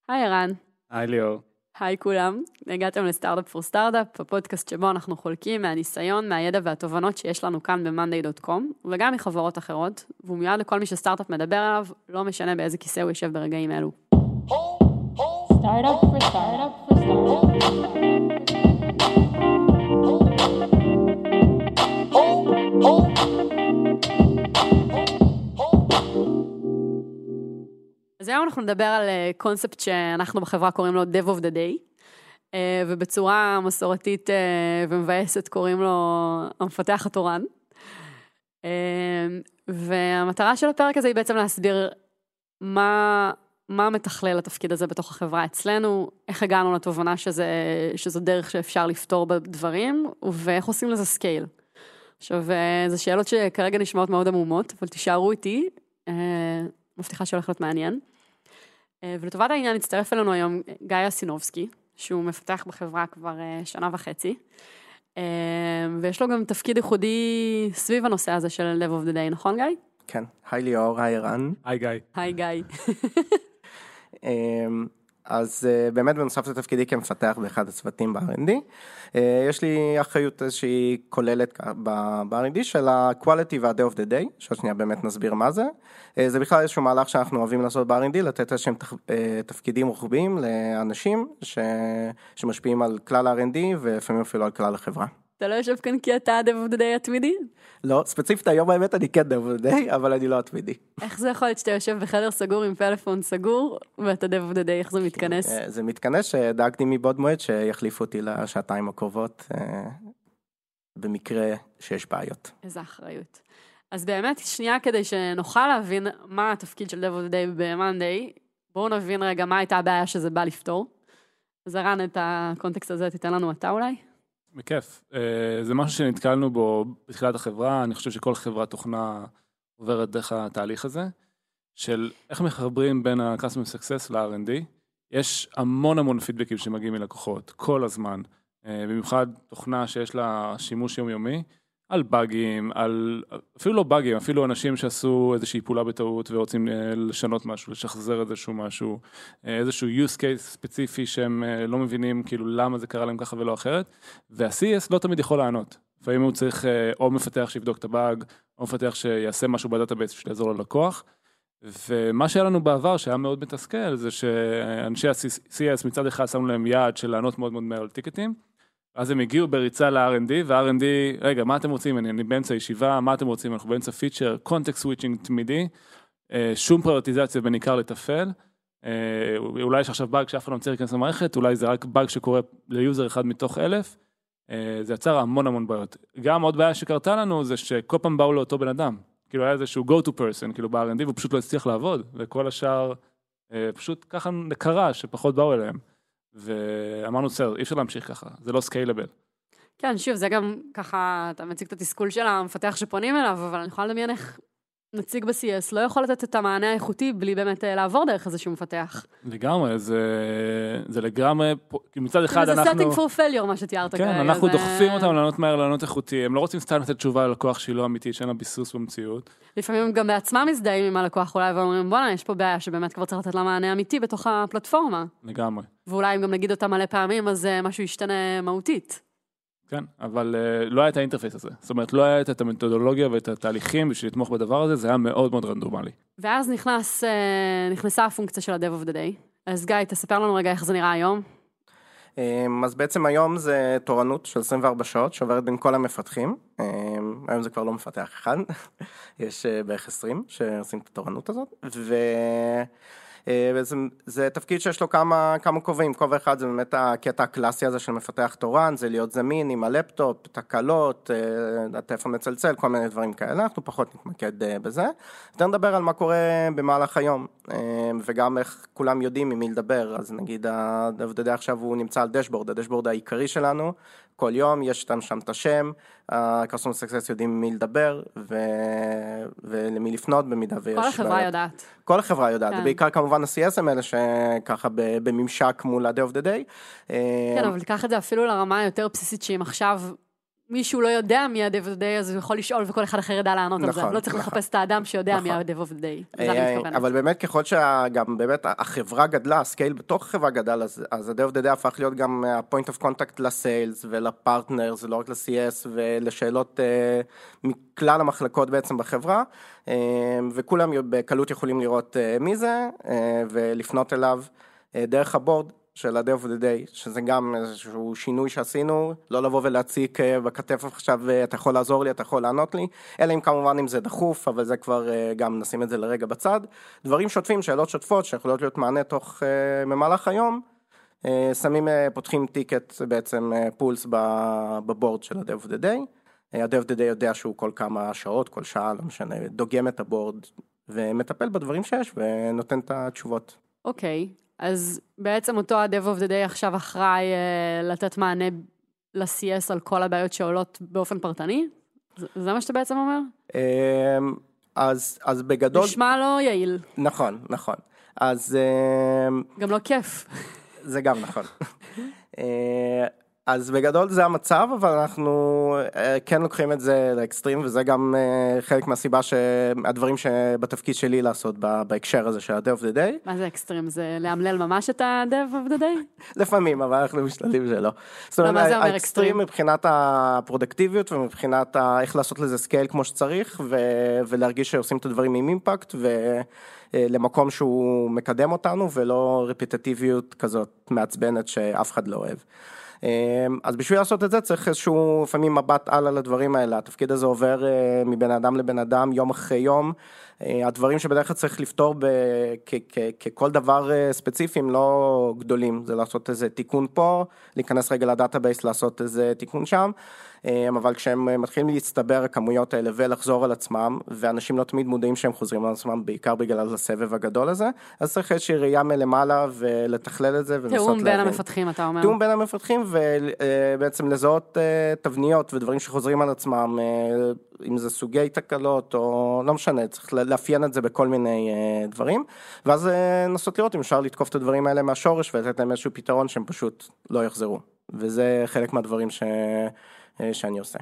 היי ערן. היי ליאור. היי כולם. הגעתם לסטארט-אפ פור סטארט-אפ, הפודקאסט שבו אנחנו חולקים מהניסיון, מהידע והתובנות שיש לנו כאן ב-monday.com, וגם מחברות אחרות, והוא מיועד לכל מי שסטארט-אפ מדבר עליו, לא משנה באיזה כיסא הוא יושב ברגעים אלו. סטארט-אפ פור סטארט-אפ פור סטארט-אפ. אז היום אנחנו נדבר על קונספט שאנחנו בחברה קוראים לו Dev of the Day, ובצורה מסורתית ומבאסת קוראים לו המפתח התורן. והמטרה של הפרק הזה היא בעצם להסביר מה מתכלל התפקיד הזה בתוך החברה אצלנו, איך הגענו לתובנה שזו דרך שאפשר לפתור בדברים, ואיך עושים לזה סקייל. עכשיו, זה שאלות שכרגע נשמעות מאוד עמומות, אבל תישארו איתי, מבטיחה שהולך להיות מעניין. ולטובת העניין הצטרף אלינו היום גיא אסינובסקי, שהוא מפתח בחברה כבר 1.5 שנה, ויש לו גם תפקיד ייחודי סביב הנושא הזה של Dev of the Day, נכון גיא? כן, היי ליאור, היי ערן. היי גיא. היי גיא. אז באמת בנוסף לתפקידי כמפתח באחד הצוותים ב-R&D, יש לי אחריות איזושהי כוללת ב-R&D של ה-Quality וה-Day of the Day, שעוד שנייה באמת נסביר מה זה. זה בכלל איזשהו מהלך שאנחנו אוהבים לעשות ב-R&D, לתת איזשהם תפקידים רוחביים לאנשים שמשפיעים על כלל ה-R&D ולפעמים אפילו על כלל החברה. אתה לא יושב כאן כי אתה Dev of the Day התמידי? לא, ספציפית היום באמת אני כן Dev of the Day, אבל אני לא התמידי. איך זה יכול להיות שאתה יושב בחדר סגור עם פלאפון סגור, ואתה Dev of the Day, איך זה מתכנס? זה מתכנס שדאגתי מבעוד מועד שיחליפו אותי לשעתיים הקרובות, במקרה שיש בעיות. איזה אחריות. אז באמת, שנייה כדי שנוכל להבין מה התפקיד של Dev of the Day ב-Monday, בואו נבין רגע מה הייתה הבעיה שזה בא לפתור. אז ערן, את הקונטקסט הזה תיתן לנו אתה אולי? בכיף. זה משהו שנתקלנו בו בתחילת החברה, אני חושב שכל חברת תוכנה עוברת דרך התהליך הזה, של איך מחברים בין ה-Customer Success ל-R&D. יש המון פידבקים שמגיעים מלקוחות, כל הזמן, במיוחד תוכנה שיש לה שימוש יומיומי, על בגים, אפילו לא בגים, אפילו אנשים שעשו איזושהי פעולה בטעות ורוצים לשנות משהו, לשחזר איזשהו משהו, איזשהו use case ספציפי שהם לא מבינים כאילו למה זה קרה להם ככה ולא אחרת, וה-CS לא תמיד יכול לענות. לפעמים הוא צריך או מפתח שיבדוק את הבאג, או מפתח שיעשה משהו בדאטאבייס שיעזור ללקוח, ומה שהיה לנו בעבר שהיה מאוד מתסכל, זה שאנשי ה-CS מצד אחד שמו להם יעד של לענות מאוד מהר על טיקטים, אז הם הגיעו בריצה ל-R&D, וה-R&D, רגע, מה אתם רוצים? אני באמצע ישיבה, מה אתם רוצים? אנחנו באמצע פיצ'ר, קונטקסט סוויצ'ינג תמידי, שום פריוריטיזציה בין עיקר לטפל, אולי יש עכשיו באג שאף אחד לא מצליח להיכנס למערכת, אולי זה רק באג שקורה ליוזר אחד מתוך 1,000, זה יצר המון בעיות. גם עוד בעיה שקרתה לנו, זה שכל פעם באו לאותו בן אדם, כאילו היה איזשהו go to person, כאילו ב-R&D, והוא פשוט לא הצליח לעבוד, וכל השאר פשוט ככה קרה שפחות באו אליהם. ואמרנו, אי אפשר להמשיך ככה, זה לא סקיילבל. כן, שוב, זה גם ככה, אתה מציג את התסכול של המפתח שפונים אליו, אבל אני יכולה לדמיין איך נציג ב-CS לא יכול לתת את המענה האיכותי, בלי באמת לעבור דרך איזשהו מפתח. לגמרי, זה לגמרי, מצד אחד אנחנו... זה setting for failure, מה שתיארת כרגע. כן, אנחנו דוחפים אותם לענות מהר, לענות איכותי, הם לא רוצים סתם לתת תשובה ללקוח שהיא לא אמיתית, שאין לה ביסוס במציאות. לפעמים גם בעצמם מזדהים עם הלקוח אולי, ואומרים, בוא'נה, יש פה בעיה שבאמת כבר צריך לתת לה מענה אמיתי בתוך הפלטפורמה. לגמרי. ואולי אם גם נגיד אותה מלא פעמים, אז משהו ישתנה מהותית. כן, אבל לא היה את האינטרפייס הזה. זאת אומרת, לא היה את המתודולוגיה ואת התהליכים בשביל לתמוך בדבר הזה, זה היה מאוד רנדומלי. ואז נכנסה הפונקציה של ה-Dev of the Day. אז גיא, תספר לנו רגע איך זה נראה היום. אז בעצם היום זה תורנות של 24 שעות שעוברת בין כל המפתחים. היום זה כבר לא מפתח אחד, יש בערך 20 שעושים את התורנות הזאת, זה תפקיד שיש לו כמה כובעים. כובע אחד זה באמת הקטע הקלאסי הזה של מפתח תורן, זה להיות זמין עם הלפטופ, תקלות, הטלפון מצלצל, כל מיני דברים כאלה. אנחנו פחות נתמקד בזה. יותר נדבר על מה קורה במהלך היום, וגם איך כולם יודעים עם מי לדבר. אז נגיד, ה-Dev עכשיו הוא נמצא על דשבורד, הדשבורד העיקרי שלנו. כל יום יש שם את השם, ה-Customer Success יודעים עם מי לדבר, ולמי לפנות במידה ויש... כל החברה יודעת. כל החברה יודעת, בעיקר כמובן ה-CSM האלה שככה בממשק מול ה-Day of the Day. כן, אבל לקח את זה אפילו לרמה היותר בסיסית, שאם עכשיו מישהו לא יודע מי ה-Dev of the Day, אז הוא יכול לשאול וכל אחד אחר ידע לענות על זה. לא צריך לחפש את האדם שיודע מי ה-Dev of the Day. אבל באמת ככל שגם באמת החברה גדלה, הסקייל בתוך החברה גדל, אז ה-Dev of the Day הפך להיות גם ה-point of contact לסיילס ולפרטנרס, ולא רק ל-CS ולשאלות מכלל המחלקות בעצם בחברה, וכולם בקלות יכולים לראות מי זה, ולפנות אליו דרך הבורד של ה-Dev of the Day, שזה גם איזשהו שינוי שעשינו, לא לבוא ולהציק בכתף עכשיו, אתה יכול לעזור לי, אתה יכול לענות לי, אלא אם כמובן אם זה דחוף, אבל זה כבר גם נשים את זה לרגע בצד. דברים שוטפים, שאלות שוטפות, שיכולות להיות מענה תוך ממהלך היום, פותחים טיקט בעצם פולס בבורד של ה-Dev of the Day, ה-Dev of the Day יודע שהוא כל כמה שעות, כל שעה, לא משנה, דוגם את הבורד, ומטפל בדברים שיש, ונותן את התשובות. אוקיי. אז בעצם אותו ה-Dev of the Day עכשיו אחראי לתת מענה ל-CS על כל הבעיות שעולות באופן פרטני? זה מה שאתה בעצם אומר? אז בגדול... נשמע לא יעיל. נכון, נכון. אז... גם לא כיף. זה גם נכון. אז בגדול זה המצב, אבל אנחנו כן לוקחים את זה לאקסטרים, וזה גם חלק מהסיבה שהדברים שבתפקיד שלי לעשות בהקשר הזה של ה-Dev of the Day. מה זה אקסטרים? זה להמלל ממש את ה-Dev of the Day? לפעמים, אבל אנחנו משתדלים שלא. מה זה אומר אקסטרים? מבחינת הפרודקטיביות ומבחינת איך לעשות לזה סקייל כמו שצריך, ולהרגיש שעושים את הדברים עם אימפקט, ולמקום שהוא מקדם אותנו, ולא רפיטטיביות כזאת מעצבנת שאף אחד לא אוהב. אז בשביל לעשות את זה צריך איזשהו לפעמים מבט על הדברים האלה, התפקיד הזה עובר מבן אדם לבן אדם יום אחרי יום, הדברים שבדרך כלל צריך לפתור ככל דבר ספציפי הם לא גדולים, זה לעשות איזה תיקון פה, להיכנס רגע לדאטאבייס לעשות איזה תיקון שם, אבל כשהם מתחילים להצטבר הכמויות האלה ולחזור על עצמם, ואנשים לא תמיד מודעים שהם חוזרים על עצמם, בעיקר בגלל הסבב הגדול הזה, אז צריך איזושהי ראייה מלמעלה ולתכלל את זה. תאום בין המפתחים, אתה אומר. תאום בין המפתחים, ובעצם לזהות תבניות ודברים שחוזרים על עצמם, אם זה סוגי תקלות או לא משנה, צריך לאפיין את זה בכל מיני דברים, ואז נסות לראות אם אפשר לתקוף את הדברים האלה מהשורש, ולתת להם איזשהו פתרון שהם פשוט לא יחזרו. וזה חלק מהדברים שאני עושה.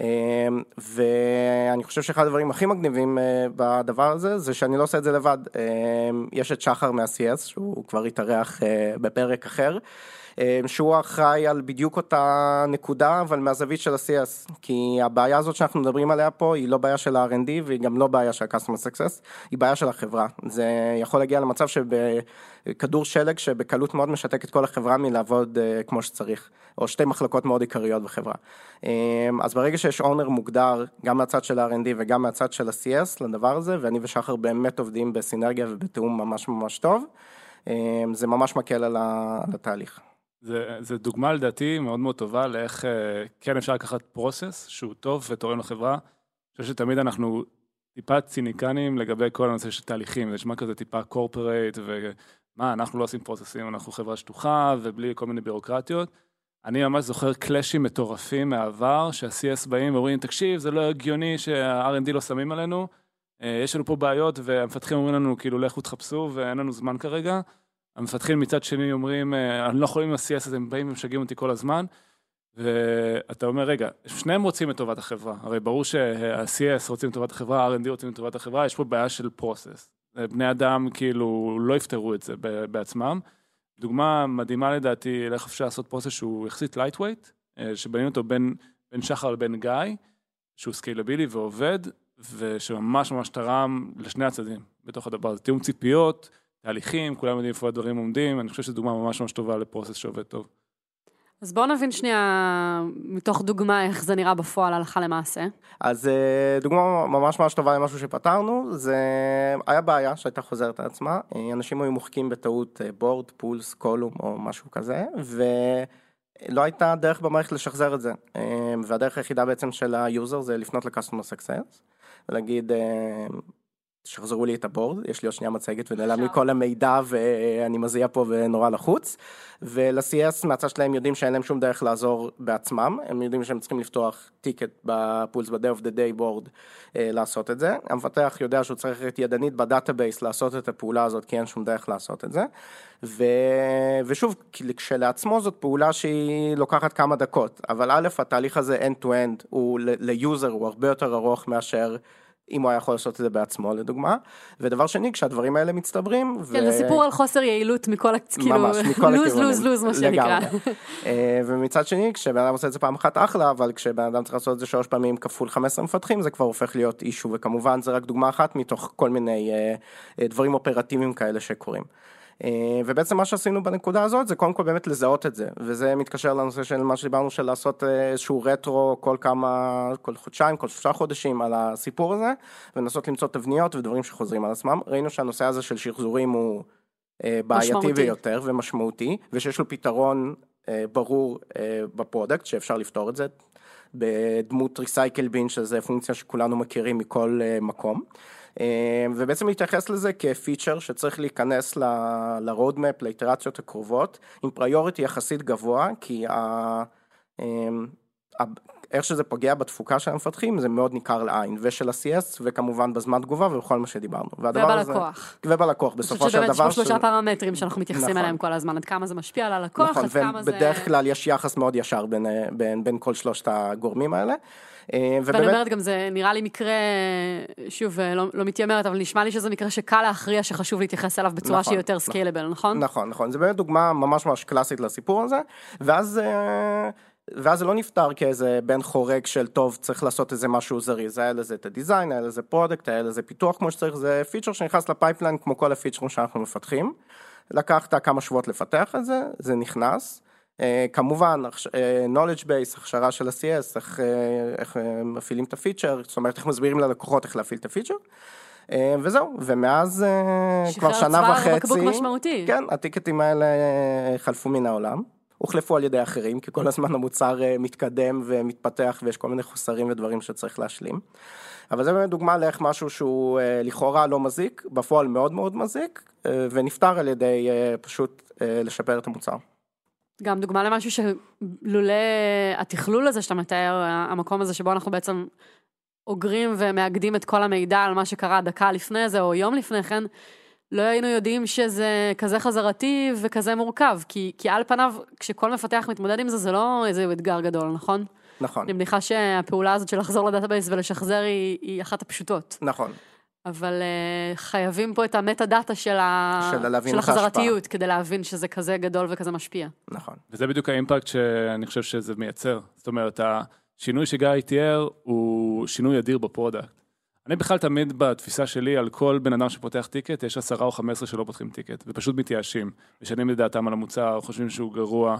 ואני חושב שאחד הדברים הכי מגניבים בדבר הזה, זה שאני לא עושה את זה לבד. יש את שחר מה-CS, שהוא כבר התארח בפרק אחר, שהוא אחראי על בדיוק אותה נקודה, אבל מהזווית של ה-CS, כי הבעיה הזאת שאנחנו מדברים עליה פה, היא לא בעיה של ה-R&D, והיא גם לא בעיה של ה-Customer Success, היא בעיה של החברה. זה יכול להגיע למצב שבכדור שלג, שבקלות מאוד משתק את כל החברה מלעבוד כמו שצריך, או שתי מחלקות מאוד עיקריות בחברה. אז ברגע שיש אונר מוגדר, גם מהצד של ה-R&D וגם מהצד של ה-CS לדבר הזה, ואני ושחר באמת עובדים בסינרגיה ובתאום ממש ממש טוב, זה ממש מקל על התהליך. זה דוגמה לדעתי מאוד מאוד טובה לאיך כן אפשר לקחת פרוסס שהוא טוב ותורם לחברה. אני חושב שתמיד אנחנו טיפה ציניקנים לגבי כל הנושא של תהליכים, זה נשמע כזה טיפה קורפרייט, ומה, אנחנו לא עושים פרוססים, אנחנו חברה שטוחה ובלי כל מיני בירוקרטיות. אני ממש זוכר קלאשים מטורפים מהעבר, שה-CS באים ואומרים, תקשיב, זה לא הגיוני שה-R&D לא שמים עלינו, יש לנו פה בעיות והמפתחים אומרים לנו, כאילו, לכו תחפשו ואין לנו זמן כרגע. המפתחים מצד שני אומרים, אני לא יכולים עם ה-CS הזה, הם באים ומשגעים אותי כל הזמן, ואתה אומר, רגע, שניהם רוצים את טובת החברה, הרי ברור שה-CS רוצים את טובת החברה, ה-R&D רוצים את טובת החברה, יש פה בעיה של פרוסס. בני אדם כאילו לא יפתרו את זה בעצמם. דוגמה מדהימה לדעתי, איך אפשר לעשות פרוסס שהוא יחסית lightweight, שבנינו אותו בין שחר לבין גיא, שהוא סקיילבילי ועובד, ושממש ממש תרם לשני הצדדים בתוך הדבר הזה. תיאום ציפיות, תהליכים, כולם יודעים איפה הדברים עומדים, אני חושב שזו דוגמה ממש ממש טובה לפרוסס שעובד טוב. אז בואו נבין שנייה מתוך דוגמה איך זה נראה בפועל הלכה למעשה. אז דוגמה ממש ממש טובה למשהו שפתרנו, זה היה בעיה שהייתה חוזרת על עצמה, אנשים היו מוחקים בטעות בורד, פולס, קולום או משהו כזה, ולא הייתה דרך במערכת לשחזר את זה, והדרך היחידה בעצם של היוזר זה לפנות ל-Customer Success, ולהגיד, שחזרו לי את הבורד, יש לי עוד שנייה מצגת ונעלם לי כל המידע ואני מזיע פה ונורא לחוץ, ול-CS מהצד שלהם יודעים שאין להם שום דרך לעזור בעצמם, הם יודעים שהם צריכים לפתוח טיקט בפולס, ב-day of the day board לעשות את זה, המפתח יודע שהוא צריך את ידנית בדאטאבייס לעשות את הפעולה הזאת, כי אין שום דרך לעשות את זה, ושוב, כשלעצמו זאת פעולה שהיא לוקחת כמה דקות, אבל א', התהליך הזה end-to-end, הוא ליוזר, הוא הרבה יותר ארוך מאשר אם הוא היה יכול לעשות את זה בעצמו, לדוגמה. ודבר שני, כשהדברים האלה מצטברים... כן, זה סיפור על חוסר יעילות מכל, כאילו, לוז, מה שנקרא. ומצד שני, כשבן אדם עושה את זה פעם אחת אחלה, אבל כשבן אדם צריך לעשות את זה 3 פעמים כפול 15 מפתחים, זה כבר הופך להיות אישו, וכמובן זה רק דוגמה אחת מתוך כל מיני דברים אופרטיביים כאלה שקורים. ובעצם מה שעשינו בנקודה הזאת זה קודם כל באמת לזהות את זה, וזה מתקשר לנושא של מה שדיברנו של לעשות איזשהו רטרו כל חודשיים, כל 3 חודשים על הסיפור הזה, ולנסות למצוא תבניות ודברים שחוזרים על עצמם. ראינו שהנושא הזה של שחזורים הוא בעייתי ביותר ומשמעותי, ושיש לו פתרון ברור בפרודקט שאפשר לפתור את זה, בדמות ריסייקל בין, שזה פונקציה שכולנו מכירים מכל מקום. ובעצם להתייחס לזה כפיצ'ר שצריך להיכנס לרודמפ, לאיטרציות הקרובות, עם פריוריטי יחסית גבוה, כי איך שזה פוגע בתפוקה של המפתחים, זה מאוד ניכר לעין, ושל ה-CS, וכמובן בזמן תגובה, ובכל מה שדיברנו. ובלקוח. ובלקוח, בסופו של דבר. שבאמת 3 פרמטרים שאנחנו מתייחסים אליהם כל הזמן, עד כמה זה משפיע על הלקוח, עד כמה זה... ובדרך כלל יש יחס מאוד ישר בין כל 3 הגורמים האלה. ואני אומרת גם, זה נראה לי מקרה, שוב, לא מתיימרת, אבל נשמע לי שזה מקרה שקל להכריע שחשוב להתייחס אליו בצורה שהיא יותר סקיילבל, נכון? נכון. זה באמת דוגמה ממש קלאסית לסיפור הזה, ואז זה לא נפטר כאיזה בן חורג של טוב, צריך לעשות איזה משהו זריז, היה לזה את הדיזיין, היה לזה פרודקט, היה לזה פיתוח כמו שצריך, זה פיצ'ר שנכנס לפייפליין כמו כל הפיצ'רים שאנחנו מפתחים, לקחת כמה שבועות לפתח את זה, זה נכנס, כמובן, knowledge base, הכשרה של ה-CS, איך מפעילים את הפיצ'ר, זאת אומרת, איך מסבירים ללקוחות איך להפעיל את הפיצ'ר, וזהו, ומאז כבר שנה וחצי, כן, הטיקטים האלה חלפו מן העולם, הוחלפו על ידי אחרים, כי כל הזמן המוצר מתקדם ומתפתח, ויש כל מיני חוסרים ודברים שצריך להשלים. אבל זה באמת דוגמה לאיך משהו שהוא לכאורה לא מזיק, בפועל מאוד מאוד מזיק, ונפטר על ידי פשוט לשפר את המוצר. גם דוגמה למשהו שלולא התכלול הזה שאתה מתאר, המקום הזה שבו אנחנו בעצם אוגרים ומאגדים את כל המידע על מה שקרה דקה לפני זה, או יום לפני כן, לא היינו יודעים שזה כזה חזרתי וכזה מורכב, כי על פניו, כשכל מפתח מתמודד עם זה, זה לא איזה אתגר גדול, נכון? נכון. אני מניחה שהפעולה הזאת של לחזור לדאטאבייס ולשחזר היא אחת הפשוטות. נכון. אבל חייבים פה את המטה דאטה של החזרתיות, כדי להבין שזה כזה גדול וכזה משפיע. נכון. וזה בדיוק האימפקט שאני חושב שזה מייצר. זאת אומרת, השינוי שגיא תיאר הוא שינוי אדיר בפרודקט. אני בכלל תמיד בתפיסה שלי, על כל בן אדם שפותח טיקט, יש 10 או 15 שלא פותחים טיקט, ופשוט מתייאשים, משנים לדעתם על המוצר, חושבים שהוא גרוע,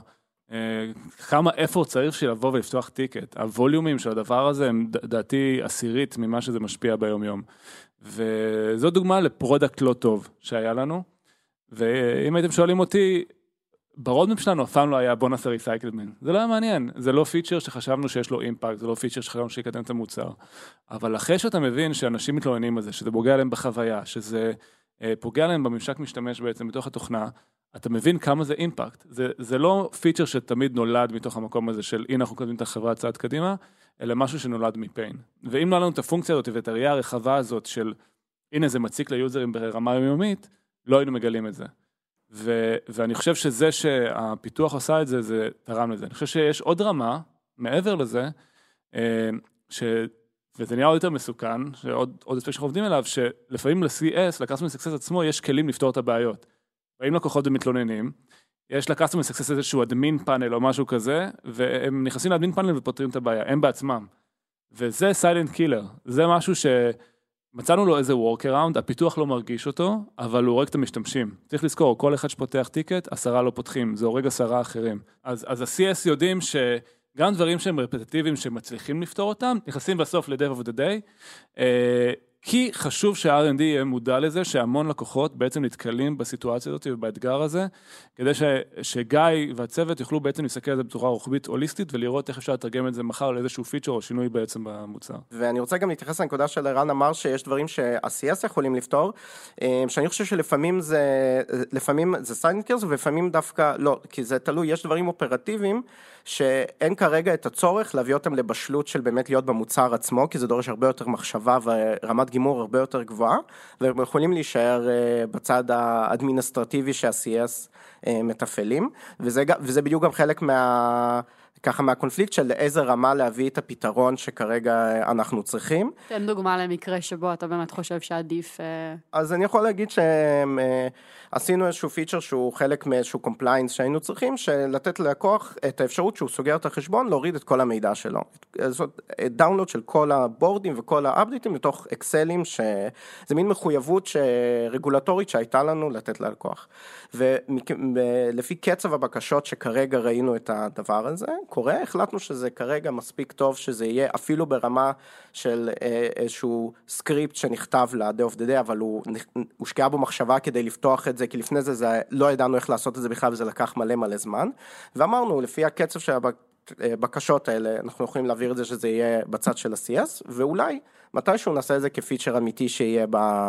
כמה אפור צריך לבוא ולפתוח טיקט. הווליומים של הדבר הזה הם דעתי עשירית ממה שזה משפיע ביום יום. וזו דוגמה לפרודקט לא טוב שהיה לנו, ואם הייתם שואלים אותי, ברודמפ שלנו אף פעם לא היה בוא נעשה ריסייקלמנט. זה לא היה מעניין, זה לא פיצ'ר שחשבנו שיש לו אימפקט, זה לא פיצ'ר שחשבנו שיקדם את המוצר. אבל אחרי שאתה מבין שאנשים מתלוננים על זה, שזה פוגע להם בחוויה, שזה פוגע להם בממשק משתמש בעצם בתוך התוכנה, אתה מבין כמה זה אימפקט. זה לא פיצ'ר שתמיד נולד מתוך המקום הזה של הנה אנחנו קודמים את החברה צעד קדימה, אלא משהו שנולד מפיין. ואם לא היה לנו את הפונקציה הזאת ואת הראייה הרחבה הזאת של הנה זה מציק ליוזרים ברמה יומיומית, לא היינו מגלים את זה. ואני חושב שזה שהפיתוח עשה את זה, זה תרם לזה. אני חושב שיש עוד רמה, מעבר לזה, וזה נראה עוד יותר מסוכן, שעוד אספקט שאנחנו עובדים אליו, שלפעמים ל-CS, ל-Customer Success עצמו, יש כלים לפתור את הבעיות. באים לקוחות ומתלוננים, יש ל-Customer Success איזשהו אדמין פאנל או משהו כזה, והם נכנסים לאדמין פאנל ופותרים את הבעיה, הם בעצמם. וזה Silent Killer, זה משהו מצאנו לו איזה workaround, הפיתוח לא מרגיש אותו, אבל הוא הורג את המשתמשים. צריך לזכור, כל אחד שפותח טיקט, 10 לא פותחים, זה הורג 10 אחרים. אז ה-CS יודעים שגם דברים שהם רפטטיביים, שמצליחים לפתור אותם, נכנסים בסוף ל-Dev of the Day, כי חשוב שה-R&D יהיה מודע לזה, שהמון לקוחות בעצם נתקלים בסיטואציה הזאת ובאתגר הזה, כדי שגיא והצוות יוכלו בעצם להסתכל על זה בצורה רוחבית הוליסטית, ולראות איך אפשר לתרגם את זה מחר לאיזשהו פיצ'ר או שינוי בעצם במוצר. ואני רוצה גם להתייחס לנקודה של ערן אמר שיש דברים שה-CS יכולים לפתור, שאני חושב שלפעמים זה סיינקרס ולפעמים דווקא לא, כי זה תלוי, יש דברים אופרטיביים שאין כרגע את הצורך להביא אותם לבשלות של באמת להיות במוצר עצמו, כי זה דורש הרבה יותר מחשבה ורמת גימור הרבה יותר גבוהה, והם יכולים להישאר בצד האדמיניסטרטיבי שה-CS מתפעלים, וזה בדיוק גם חלק ככה מהקונפליקט של איזה רמה להביא את הפתרון שכרגע אנחנו צריכים. תן דוגמה למקרה שבו אתה באמת חושב שעדיף... אז אני יכול להגיד שעשינו איזשהו פיצ'ר שהוא חלק מאיזשהו קומפליינס שהיינו צריכים, שלתת ללקוח את האפשרות שהוא סוגר את החשבון, להוריד את כל המידע שלו. זאת דאונלוד של כל הבורדים וכל האפדייטים לתוך אקסלים, שזה מין מחויבות רגולטורית שהייתה לנו לתת ללקוח. ולפי קצב הבקשות שכרגע ראינו את הדבר הזה, קורה, החלטנו שזה כרגע מספיק טוב, שזה יהיה אפילו ברמה של איזשהו סקריפט שנכתב ל-day of the day, אבל הוא הושקעה בו מחשבה כדי לפתוח את זה, כי לפני זה לא ידענו איך לעשות את זה בכלל, וזה לקח מלא זמן, ואמרנו, לפי הקצב של הבקשות האלה, אנחנו יכולים להעביר את זה שזה יהיה בצד של ה-CS, ואולי מתישהו נעשה את זה כפיצ'ר אמיתי שיהיה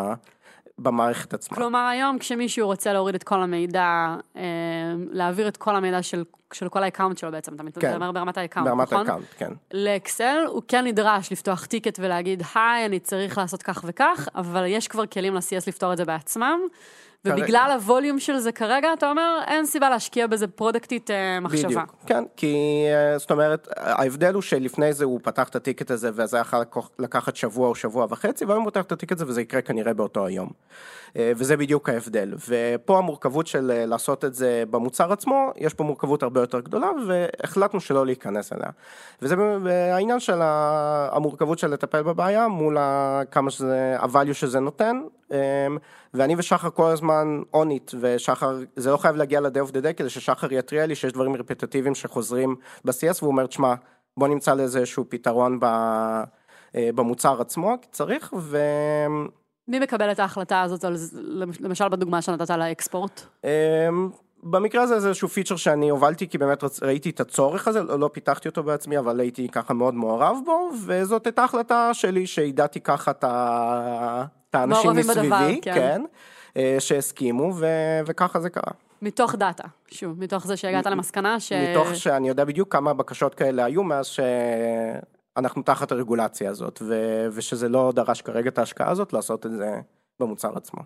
במערכת עצמה. כלומר, היום כשמישהו רוצה להוריד את כל המידע, להעביר את כל המידע של כל האקאונט שלו בעצם, אתה מדבר ברמת האקאונט, נכון? ברמת האקאונט, כן. לאקסל, הוא כן נדרש לפתוח טיקט ולהגיד, היי, אני צריך לעשות כך וכך, אבל יש כבר כלים ל-CS לפתור את זה בעצמם, ובגלל הווליום של זה כרגע, אתה אומר, אין סיבה להשקיע בזה פרודקטית מחשבה. בדיוק, כן, כי זאת אומרת, ההבדל הוא שלפני זה הוא פתח את הטיקט הזה, וזה יכול לקחת שבוע או שבוע וחצי, והיום הוא פתח את הטיקט הזה, וזה יקרה כנראה באותו היום. וזה בדיוק ההבדל. ופה המורכבות של לעשות את זה במוצר עצמו, יש פה מורכבות הרבה יותר גדולה, והחלטנו שלא להיכנס אליה. וזה העניין של המורכבות של לטפל בבעיה, מול כמה שזה, הvalue שזה נותן, ואני ושחר כל הזמן on it, ושחר, זה לא חייב להגיע ל-day of the day, כדי ששחר יתריע לי שיש דברים רפטטיביים שחוזרים ב-CS, והוא אומר, תשמע, בוא נמצא לאיזשהו פתרון במוצר עצמו, כי צריך, מי מקבל את ההחלטה הזאת, למשל בדוגמה שנתת על האקספורט? במקרה הזה זה איזשהו פיצ'ר שאני הובלתי, כי באמת ראיתי את הצורך הזה, לא פיתחתי אותו בעצמי, אבל הייתי ככה מאוד מעורב בו, וזאת הייתה החלטה שלי, שהידעתי ככה את האנשים מסביבי, כן, שהסכימו, וככה זה קרה. מתוך דאטה, שוב, מתוך זה שהגעת למסקנה מתוך שאני יודע בדיוק כמה בקשות כאלה היו, מאז שאנחנו תחת הרגולציה הזאת, ושזה לא דרש כרגע את ההשקעה הזאת, לעשות את זה במוצר עצמו.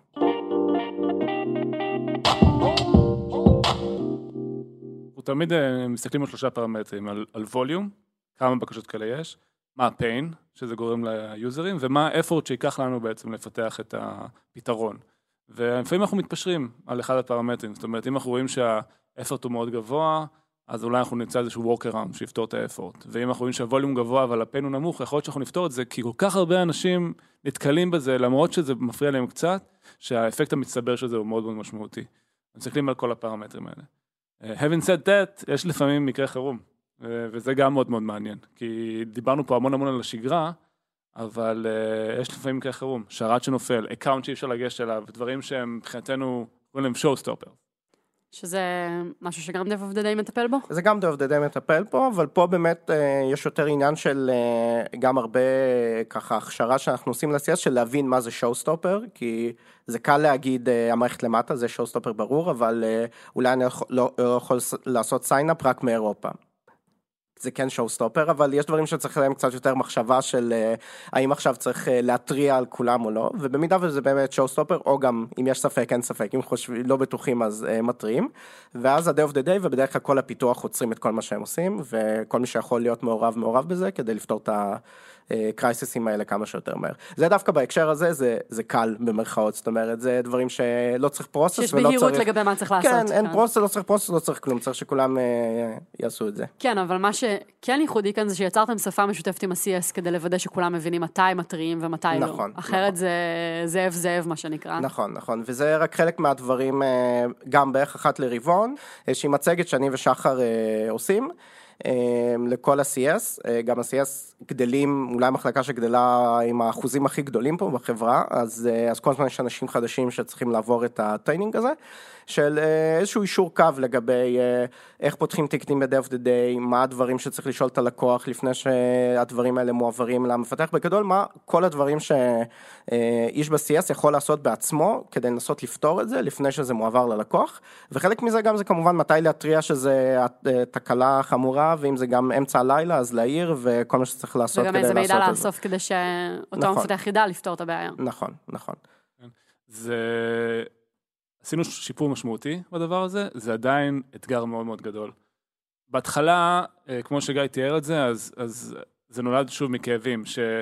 תמיד מסתכלים על 3 פרמטרים, על ווליום, כמה בקשות כאלה יש, מה הפיין, שזה גורם ליוזרים, ומה האפורט שיקח לנו בעצם לפתח את הפתרון. ולפעמים אנחנו מתפשרים על אחד הפרמטרים, זאת אומרת, אם אנחנו רואים שהאפורט הוא מאוד גבוה, אז אולי אנחנו נמצא איזשהו workaround שיפתור את האפורט. ואם אנחנו רואים שהווליום גבוה, אבל הפיין הוא נמוך, יכול להיות שאנחנו נפתור את זה, כי כל כך הרבה אנשים נתקלים בזה, למרות שזה מפריע להם קצת, שהאפקט המצטבר של זה הוא מאוד מאוד משמעותי. מסתכלים על כל הפרמטרים האלה. Having said that, יש לפעמים מקרה חירום, וזה גם מאוד מאוד מעניין, כי דיברנו פה המון על השגרה, אבל יש לפעמים מקרה חירום, שרת שנופל, אקאונט שאי אפשר לגשת אליו, דברים שהם מבחינתנו קוראים להם showstopper. שזה משהו שגם Dev of the Day מטפל בו? זה גם Dev of the Day מטפל פה, אבל פה באמת יש יותר עניין של גם הרבה ככה הכשרה שאנחנו עושים ל-CS, של להבין מה זה showstopper, כי זה קל להגיד המערכת למטה, זה showstopper ברור, אבל אולי אני לא יכול לעשות sign-up רק מאירופה. זה כן showstopper, אבל יש דברים שצריך להם קצת יותר מחשבה של האם עכשיו צריך להטריע על כולם או לא, ובמידה וזה באמת showstopper, או גם אם יש ספק, אין ספק, אם לא בטוחים אז מטריעים, ואז ה-day of the day, ובדרך כלל כל הפיתוח עוצרים את כל מה שהם עושים, וכל מי שיכול להיות מעורב בזה, כדי לפתור את הקרייסיסים האלה כמה שיותר מהר. זה דווקא בהקשר הזה, זה קל במרכאות, זאת אומרת, זה דברים שלא צריך פרוסס, שיש בהירות לגבי מה צריך לעשות. כן, אין פרוסס, לא צריך פרוסס, לא צריך כלום, צריך שכולם יעשו את זה. כן, אבל מה שכן ייחודי כאן זה שיצרתם שפה משותפת עם ה-CS כדי לוודא שכולם מבינים מתי מטריעים ומתי לא. נכון. אחרת זה זאב מה שנקרא. נכון, וזה רק חלק מהדברים, גם בערך אחת לרבעון, שהיא מצגת שאני ושחר עושים, לכל ה-CS, גם ה-CS גדלים, אולי המחלקה שגדלה עם האחוזים הכי גדולים פה בחברה, אז כל הזמן יש אנשים חדשים שצריכים לעבור את הטריינינג הזה, של איזשהו אישור קו לגבי איך פותחים טיקטים ב-Day of the Day, מה הדברים שצריך לשאול את הלקוח לפני שהדברים האלה מועברים למפתח, בגדול מה כל הדברים שאיש ב-CS יכול לעשות בעצמו, כדי לנסות לפתור את זה לפני שזה מועבר ללקוח, וחלק מזה גם זה כמובן מתי להטריע שזה תקלה חמורה, ואם זה גם אמצע הלילה, אז להעיר, וכל מה שצריך לעשות כדי לעשות את זה. וגם איזה מידע לאסוף כדי שאותו המפתח ידע לפתור את הבעיה. נכון, נכון. עשינו שיפור משמעותי בדבר הזה, זה עדיין אתגר מאוד מאוד גדול. בהתחלה, כמו שגיא תיאר את זה, אז זה נולד שוב מכאבים,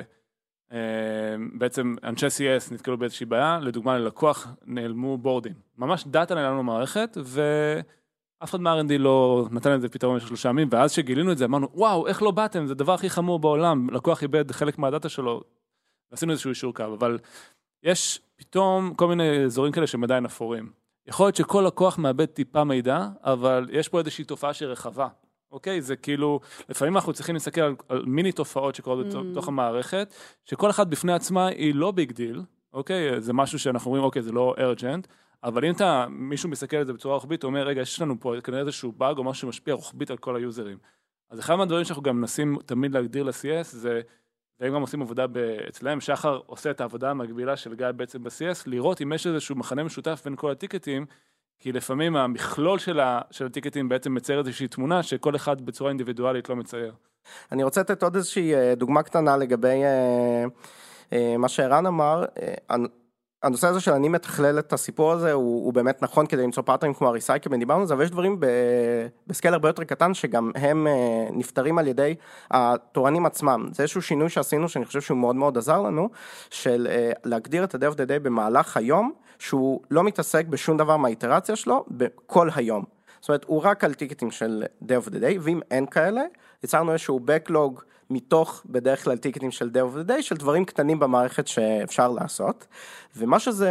שבעצם אנשי CS נתקלו באיזושהי בעיה, לדוגמה ללקוח נעלמו בורדים. ממש דאטה נעלם למערכת, ואף אחד מה-R&D לא נתן את זה פתרון של 3 ימים, ואז שגילינו את זה, אמרנו, וואו, איך לא באתם? זה הדבר הכי חמור בעולם, לקוח איבד חלק מהדאטה שלו, ועשינו איזשהו אישור קו, אבל יש פתאום כל מיני אזורים כאלה שהם עדיין אפורים. יכול להיות שכל לקוח מאבד טיפה מידע, אבל יש פה איזושהי תופעה שהיא רחבה. אוקיי? זה כאילו, לפעמים אנחנו צריכים להסתכל על מיני תופעות שקורות בתוך המערכת, שכל אחד בפני עצמה היא לא ביג דיל, אוקיי? זה משהו שאנחנו אומרים, אוקיי, זה לא ארג'נט, אבל אם מישהו מסתכל על זה בצורה רוחבית, הוא אומר, רגע, יש לנו פה כנראה איזשהו באג או משהו שמשפיע רוחבית על כל היוזרים. אז אחד מהדברים שאנחנו גם מנסים תמיד להגדיר ל-CS, זה והם גם עושים עבודה אצלהם, שחר עושה את העבודה המקבילה של גיא בעצם ב-CS, לראות אם יש איזשהו מחנה משותף בין כל הטיקטים, כי לפעמים המכלול של הטיקטים בעצם מצייר איזושהי תמונה, שכל אחד בצורה אינדיבידואלית לא מצייר. אני רוצה לתת עוד איזושהי דוגמה קטנה לגבי מה שערן אמר, הנושא הזה של אני מתכלל את הסיפור הזה, הוא באמת נכון כדי למצוא פאטרים כמו הריסייקל, דיברנו על זה, אבל יש דברים בסקייל הרבה יותר קטן, שגם הם נפטרים על ידי התורנים עצמם. זה איזשהו שינוי שעשינו, שאני חושב שהוא מאוד מאוד עזר לנו, של להגדיר את ה-Day of the Day במהלך היום, שהוא לא מתעסק בשום דבר מהאיטרציה שלו, בכל היום. זאת אומרת, הוא רק על טיקטים של Day of the Day, ואם אין כאלה, יצרנו איזשהו backlog מתוך בדרך כלל טיקטים של Day of the Day, של דברים קטנים במערכת שאפשר לעשות. ומה שזה